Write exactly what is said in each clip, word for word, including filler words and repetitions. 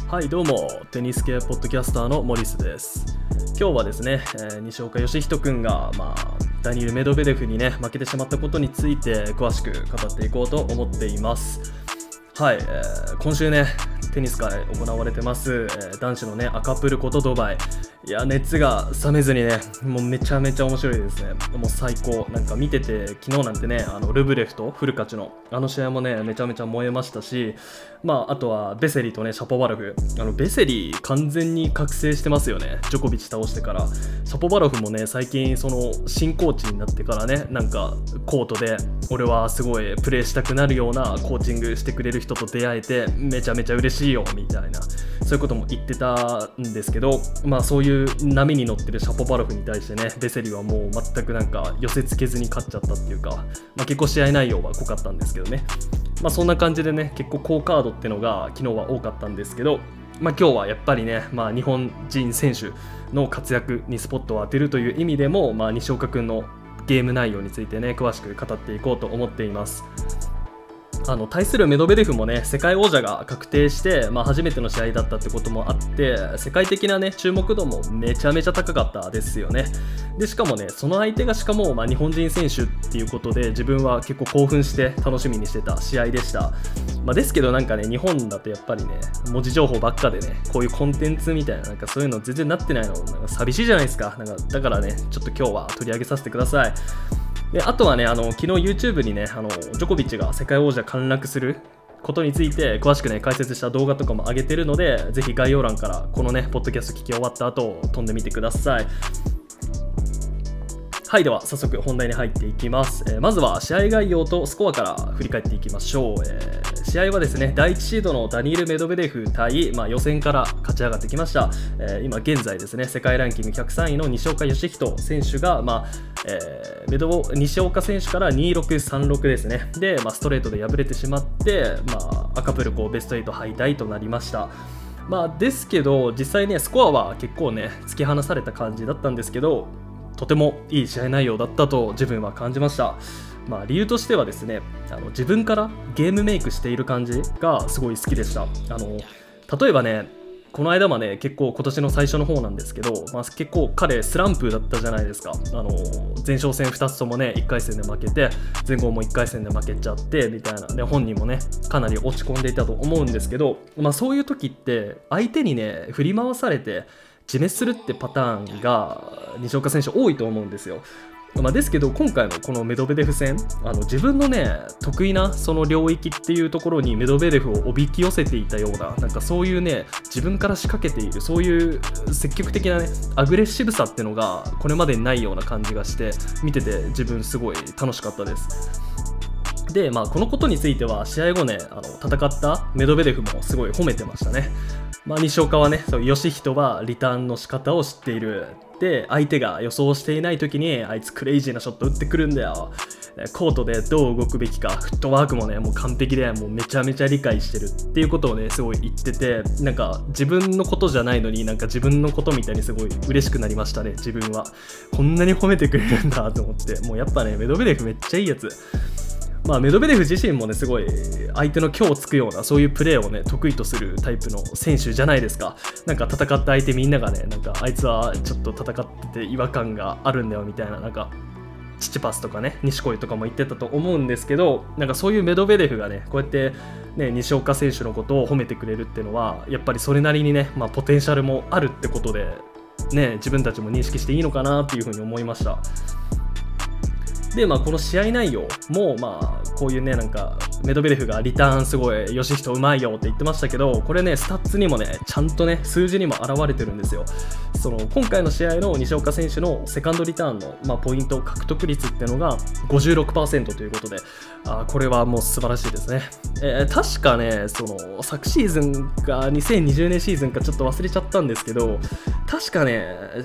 はいどうも、テニス系ポッドキャスターのモリスです。今日はですね、えー、西岡義人くんが、まあ、ダニール・メドベデフにね負けてしまったことについて詳しく語っていこうと思っています。はい、えー、今週ねテニス界行われてます、えー、男子のねアカプルコとドバイ、いや熱が冷めずにねもうめちゃめちゃ面白いですね。もう最高、なんか見てて昨日なんてねあのルブレフとフルカチのあの試合もねめちゃめちゃ燃えましたし、まああとはベセリとねシャポバロフ、あのベセリ完全に覚醒してますよね、ジョコビッチ倒してから。シャポバロフもね最近その新コーチになってからねなんかコートで俺はすごいプレーしたくなるようなコーチングしてくれる人と出会えてめちゃめちゃ嬉しいよみたいな、そういうことも言ってたんですけど、まあそういう波に乗ってるシャポバロフに対してねベセリはもう全くなんか寄せつけずに勝っちゃったっていうか、まあ、結構試合内容は濃かったんですけどね、まあそんな感じでね結構好カードっていうのが昨日は多かったんですけど、まあ今日はやっぱりね、まあ、日本人選手の活躍にスポットを当てるという意味でも、まあ、西岡くんのゲーム内容についてね詳しく語っていこうと思っています。あの対するメドベデフもね世界王者が確定して、まあ、初めての試合だったってこともあって世界的なね注目度もめちゃめちゃ高かったですよね。でしかもねその相手がしかも、まあ、日本人選手っていうことで自分は結構興奮して楽しみにしてた試合でした。まあ、ですけどなんかね日本だとやっぱりね文字情報ばっかでねこういうコンテンツみたいななんかそういうの全然なってないのなんか寂しいじゃないですか。なんかだからねちょっと今日は取り上げさせてください。であとはねあの昨日 YouTube にねあのジョコビッチが世界王者陥落することについて詳しくね解説した動画とかも上げてるのでぜひ概要欄からこのねポッドキャスト聞き終わった後飛んでみてください。はい、では早速本題に入っていきます。えー、まずは試合概要とスコアから振り返っていきましょう。えー、試合はですねだいいちシードのダニール・メドベデフ対、まあ、予選から勝ち上がってきました。えー、今現在ですね世界ランキングひゃくさんいの西岡義人選手が、まあえー、メド西岡選手からにろくさんろくですねで、まあ、ストレートで敗れてしまって、まあ、アカプルコベストはち敗退となりました。まあ、ですけど実際ねスコアは結構ね突き放された感じだったんですけどとてもいい試合内容だったと自分は感じました。まあ、理由としてはですねあの自分からゲームメイクしている感じがすごい好きでした。あの例えばねこの間はね結構今年の最初の方なんですけど、まあ、結構彼スランプだったじゃないですか。あの前哨戦ふたつともねいっかい戦で負けて前後もいっかい戦で負けちゃってみたいなで本人もねかなり落ち込んでいたと思うんですけど、まあ、そういう時って相手にね振り回されて自滅するってパターンが西岡選手多いと思うんですよ。まあ、ですけど今回のこのメドベデフ戦あの自分のね得意なその領域っていうところにメドベデフをおびき寄せていたようななんかそういうね自分から仕掛けているそういう積極的なねアグレッシブさってのがこれまでにないような感じがして見てて自分すごい楽しかったです。でまあこのことについては試合後ねあの戦ったメドベデフもすごい褒めてましたね。まあ、西岡はねそう義人はリターンの仕方を知っているで相手が予想していない時にあいつクレイジーなショット打ってくるんだよ、コートでどう動くべきかフットワークもねもう完璧でもうめちゃめちゃ理解してるっていうことをねすごい言っててなんか自分のことじゃないのになんか自分のことみたいにすごい嬉しくなりましたね。自分はこんなに褒めてくれるんだと思ってもうやっぱねメドベデフめっちゃいいやつ。まあ、メドベデフ自身もねすごい相手の強をつくようなそういうプレーをね得意とするタイプの選手じゃないですか。なんか戦った相手みんながねなんかあいつはちょっと戦ってて違和感があるんだよみたいななんかチチパスとかね錦織とかも言ってたと思うんですけどなんかそういうメドベデフがねこうやってね西岡選手のことを褒めてくれるっていうのはやっぱりそれなりにね、まあ、ポテンシャルもあるってことでね自分たちも認識していいのかなっていうふうに思いました。でまあこの試合内容もまあこういうねなんかメドベデフがリターンすごい義人うまいよって言ってましたけどこれねスタッツにもねちゃんとね数字にも表れてるんですよ。その今回の試合の西岡選手のセカンドリターンの、まあ、ポイント獲得率っていうのが ごじゅうろくパーセント ということであこれはもう素晴らしいですね。えー、確かねその昨シーズンかにせんにじゅうねんシーズンかちょっと忘れちゃったんですけど確かね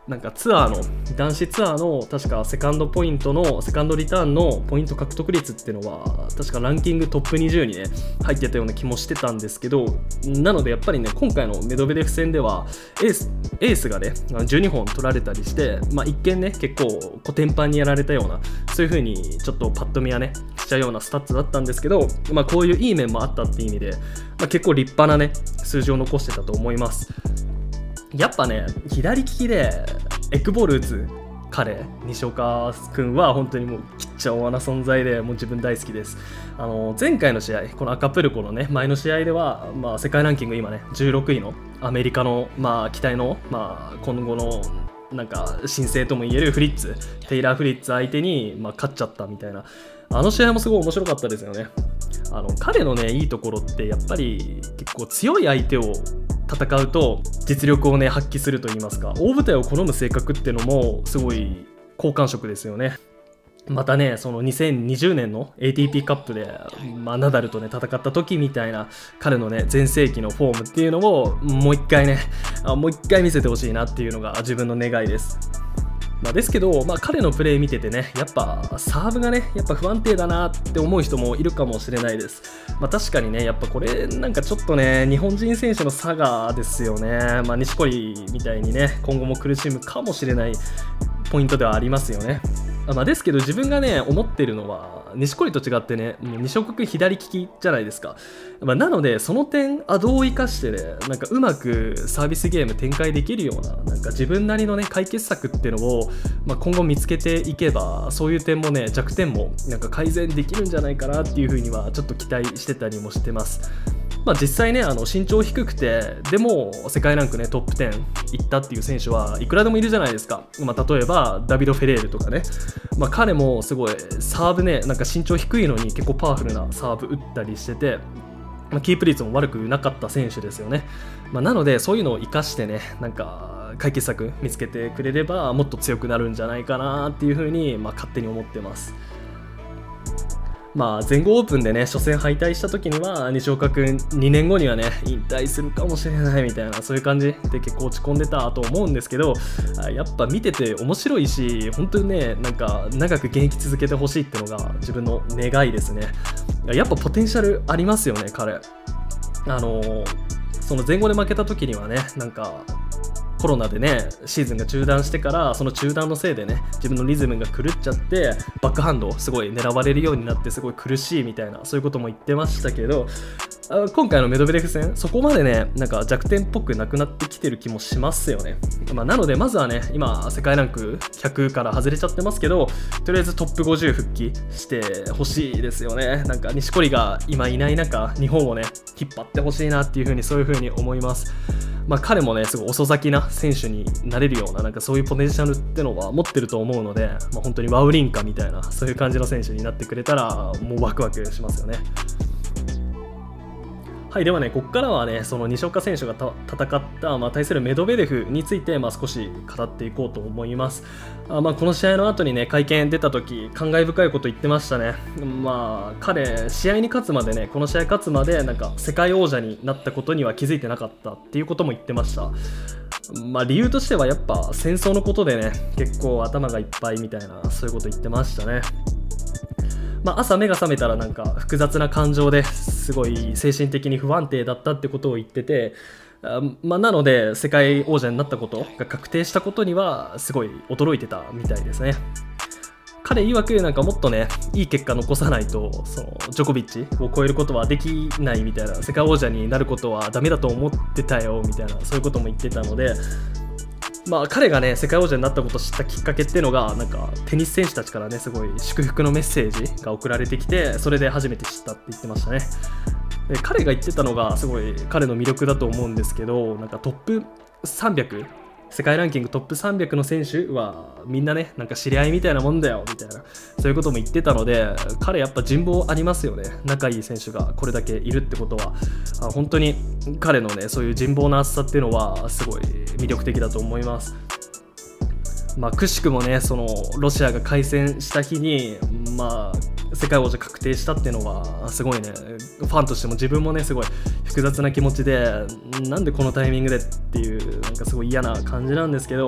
なんかツアーの男子ツアーの確かセカンドポイントのセカンドリターンのポイント獲得率っていうのは確かランキングトップにじゅうにね入ってたような気もしてたんですけど、なのでやっぱりね今回のメドベデフ戦ではエースエースがねじゅうにほん取られたりして、まあ、一見ね結構コテンパンにやられたような、そういう風にちょっとパッと見はねしちゃうようなスタッツだったんですけど、まあ、こういういい面もあったっていう意味で、まあ、結構立派なね数字を残してたと思います。やっぱね左利きでエッグボール打つ彼、西岡君は本当にもうきっちゃおわな存在で、もう自分大好きです。あの前回の試合、このアカプルコのね前の試合では、まあ、世界ランキング今ねじゅうろくいのアメリカの、まあ、期待の、まあ、今後のなんか新星ともいえるフリッツテイラー・フリッツ相手に、まあ、勝っちゃったみたいな、あの試合もすごい面白かったですよね。あの彼のねいいところってやっぱり結構強い相手を戦うと実力をね発揮するといいますか、大舞台を好む性格っていうのもすごい好感触ですよね。またねそのにせんにじゅうねんの エーティーピー カップで、まあ、ナダルとね戦った時みたいな彼のね全盛期のフォームっていうのをもう一回ねあもう一回見せてほしいなっていうのが自分の願いです。まあ、ですけど、まあ、彼のプレー見ててねやっぱサーブがねやっぱ不安定だなって思う人もいるかもしれないです。まあ、確かにねやっぱこれなんかちょっとね日本人選手の差がですよね。まあ、錦織みたいにね今後も苦しむかもしれないポイントではありますよね。まあ、ですけど自分がね思ってるのは錦織と違ってねもう西岡君左利きじゃないですか。まあ、なのでその点アドを生かしてねなんかうまくサービスゲーム展開できるようななんか自分なりのね解決策っていうのを、まあ、今後見つけていけばそういう点もね弱点もなんか改善できるんじゃないかなっていうふうにはちょっと期待してたりもしてます。まあ、実際ねあの身長低くてでも世界ランクねトップじゅういったっていう選手はいくらでもいるじゃないですか。まあ、例えばダビド・フェレールとかね、まあ、彼もすごいサーブねなんか身長低いのに結構パワフルなサーブ打ったりしてて、まあ、キープ率も悪くなかった選手ですよね。まあ、なのでそういうのを生かしてねなんか解決策見つけてくれればもっと強くなるんじゃないかなっていうふうに、まあ、勝手に思ってます。まあ、全豪オープンでね初戦敗退した時には西岡君にねんごにはね引退するかもしれないみたいなそういう感じで結構落ち込んでたと思うんですけど、やっぱ見てて面白いし本当にねなんか長く現役続けてほしいっていうのが自分の願いですね。やっぱポテンシャルありますよね彼。あのその前後で負けた時にはねなんかコロナでねシーズンが中断してからその中断のせいでね自分のリズムが狂っちゃってバックハンドをすごい狙われるようになってすごい苦しいみたいなそういうことも言ってましたけど、今回のメドベデフ戦そこまでねなんか弱点っぽくなくなってきてる気もしますよね。まあ、なのでまずはね今世界ランクひゃくから外れちゃってますけどとりあえずトップごじゅう復帰してほしいですよね。なんか錦織が今いない中日本をね引っ張ってほしいなっていう風にそういう風に思います。まあ、彼もねすごい遅咲きな選手になれるようななんかそういうポテンシャルってのは持ってると思うので、まあ、本当にワウリンカみたいなそういう感じの選手になってくれたらもうワクワクしますよね。はい、ではねここからはねその西岡選手がた戦った、まあ、対するメドベデフについて、まあ、少し語っていこうと思います。あ、まあ、この試合の後にね会見出た時感慨深いこと言ってましたね。まあ彼試合に勝つまでねこの試合勝つまでなんか世界王者になったことには気づいてなかったっていうことも言ってました。まあ、理由としてはやっぱ戦争のことでね結構頭がいっぱいみたいなそういうこと言ってましたね。まあ、朝目が覚めたらなんか複雑な感情ですごい精神的に不安定だったってことを言ってて、あ、まあ、なので世界王者になったことが確定したことにはすごい驚いてたみたいですね。彼曰くなんかもっとねいい結果残さないとそのジョコビッチを超えることはできないみたいな、世界王者になることはダメだと思ってたよみたいなそういうことも言ってたので、まあ、彼がね世界王者になったことを知ったきっかけっていうのがなんかテニス選手たちからねすごい祝福のメッセージが送られてきてそれで初めて知ったって言ってましたね。で彼が言ってたのがすごい彼の魅力だと思うんですけど、なんかトップさんびゃく世界ランキングトップさんびゃくの選手はみんなねなんか知り合いみたいなもんだよみたいなそういうことも言ってたので、彼やっぱ人望ありますよね。仲いい選手がこれだけいるってことはあ本当に彼のねそういう人望の厚さっていうのはすごい魅力的だと思います。まあ、くしくもねそのロシアが開戦した日にまあ世界王者確定したっていうのはすごいねファンとしても自分もねすごい複雑な気持ちでなんでこのタイミングでっていうなんかすごい嫌な感じなんですけど、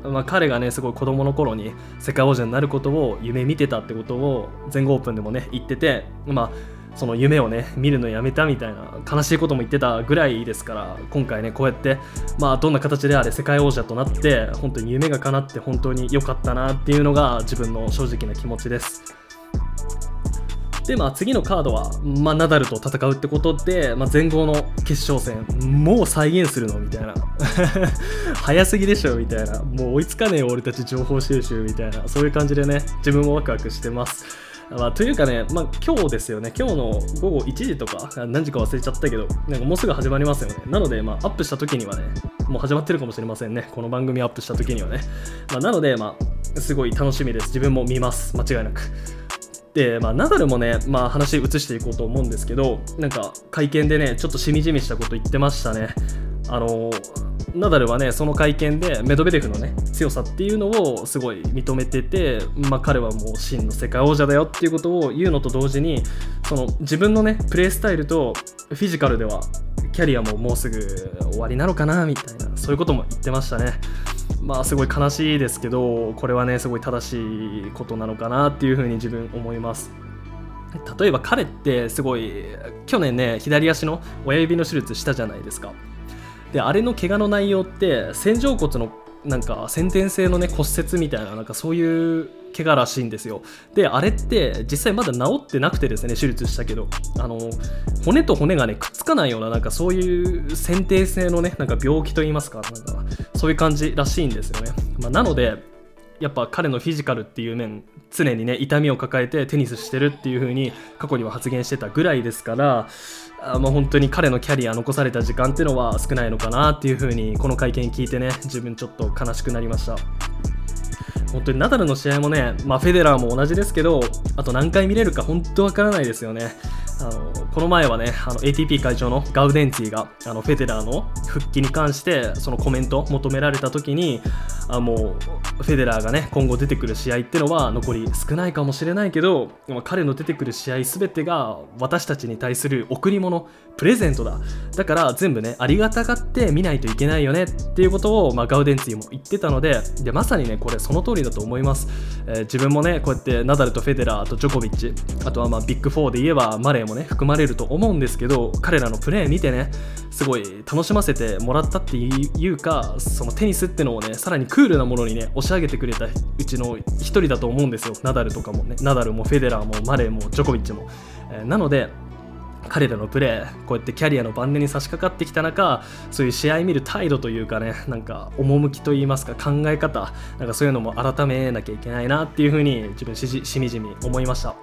まあ、彼がねすごい子供の頃に世界王者になることを夢見てたってことを全豪オープンでもね言ってて、まあその夢をね見るのやめたみたいな悲しいことも言ってたぐらいですから、今回ねこうやってまあどんな形であれ世界王者となって本当に夢が叶って本当に良かったなっていうのが自分の正直な気持ちです。でまあ次のカードは、まあ、ナダルと戦うってことで、まあ、全豪の決勝戦もう再現するのみたいな早すぎでしょみたいな、もう追いつかねえよ俺たち情報収集みたいな、そういう感じでね自分もワクワクしてます。まあ、というかね、まあ、今日ですよね、今日のごごいちじとか何時か忘れちゃったけど、なんかもうすぐ始まりますよね。なので、まあ、アップした時にはね、もう始まってるかもしれませんね、この番組アップした時にはね。まあ、なので、まあ、すごい楽しみです。自分も見ます、間違いなく。で、まあ、ナダルもね、まあ、話移していこうと思うんですけど、なんか会見でね、ちょっとしみじみしたこと言ってましたね。あのナダルはねその会見でメドベデフのね強さっていうのをすごい認めてて、まあ、彼はもう真の世界王者だよっていうことを言うのと同時に、その自分のねプレースタイルとフィジカルではキャリアももうすぐ終わりなのかなみたいな、そういうことも言ってましたね。まあすごい悲しいですけど、これはねすごい正しいことなのかなっていうふうに自分思います。例えば彼ってすごい去年ね左足の親指の手術したじゃないですか。であれの怪我の内容って仙状骨のなんか先天性のね骨折みたいな、なんかそういう怪我らしいんですよ。であれって実際まだ治ってなくてですね、手術したけどあの骨と骨がねくっつかないような、なんかそういう先天性のねなんか病気といいますか、なんかそういう感じらしいんですよね。まあ、なのでやっぱ彼のフィジカルっていう面、常にね痛みを抱えてテニスしてるっていう風に過去には発言してたぐらいですから、あまあ本当に彼のキャリア残された時間っていうのは少ないのかなっていう風にこの会見聞いてね自分ちょっと悲しくなりました。本当にナダルの試合もね、まあ、フェデラーも同じですけど、あと何回見れるか本当わからないですよね。あのこの前はねあの エーティーピー 会長のガウデンツィがあのフェデラーの復帰に関してそのコメントを求められた時に、あもうフェデラーがね今後出てくる試合っていうのは残り少ないかもしれないけど、彼の出てくる試合全てが私たちに対する贈り物、プレゼントだ、だから全部ねありがたがって見ないといけないよねっていうことを、まあ、ガウデンツィも言ってたので、でまさにねこれその通りだと思います。えー、自分もねこうやってナダルとフェデラーとジョコビッチ、あとはまあビッグフォーで言えばマレーもね含まれると思うんですけど、彼らのプレー見てねすごい楽しませてもらったっていうか、そのテニスってのをねさらにクールなものにね押し上げてくれたうちの一人だと思うんですよ。ナダルとかもね、ナダルもフェデラーもマレーもジョコビッチも、えー、なので彼らのプレー、こうやってキャリアの晩年に差し掛かってきた中、そういう試合見る態度というかね、なんか趣といいますか考え方、なんかそういうのも改めなきゃいけないなっていうふうに自分しじしみじみ思いました。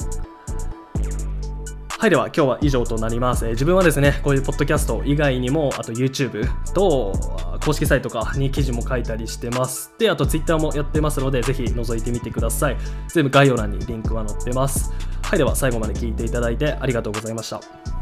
はい、では今日は以上となります。えー、自分はですねこういうポッドキャスト以外にもあと YouTube と公式サイトとかに記事も書いたりしてます。であと Twitter もやってますのでぜひ覗いてみてください。全部概要欄にリンクは載ってます。はい、では最後まで聞いていただいてありがとうございました。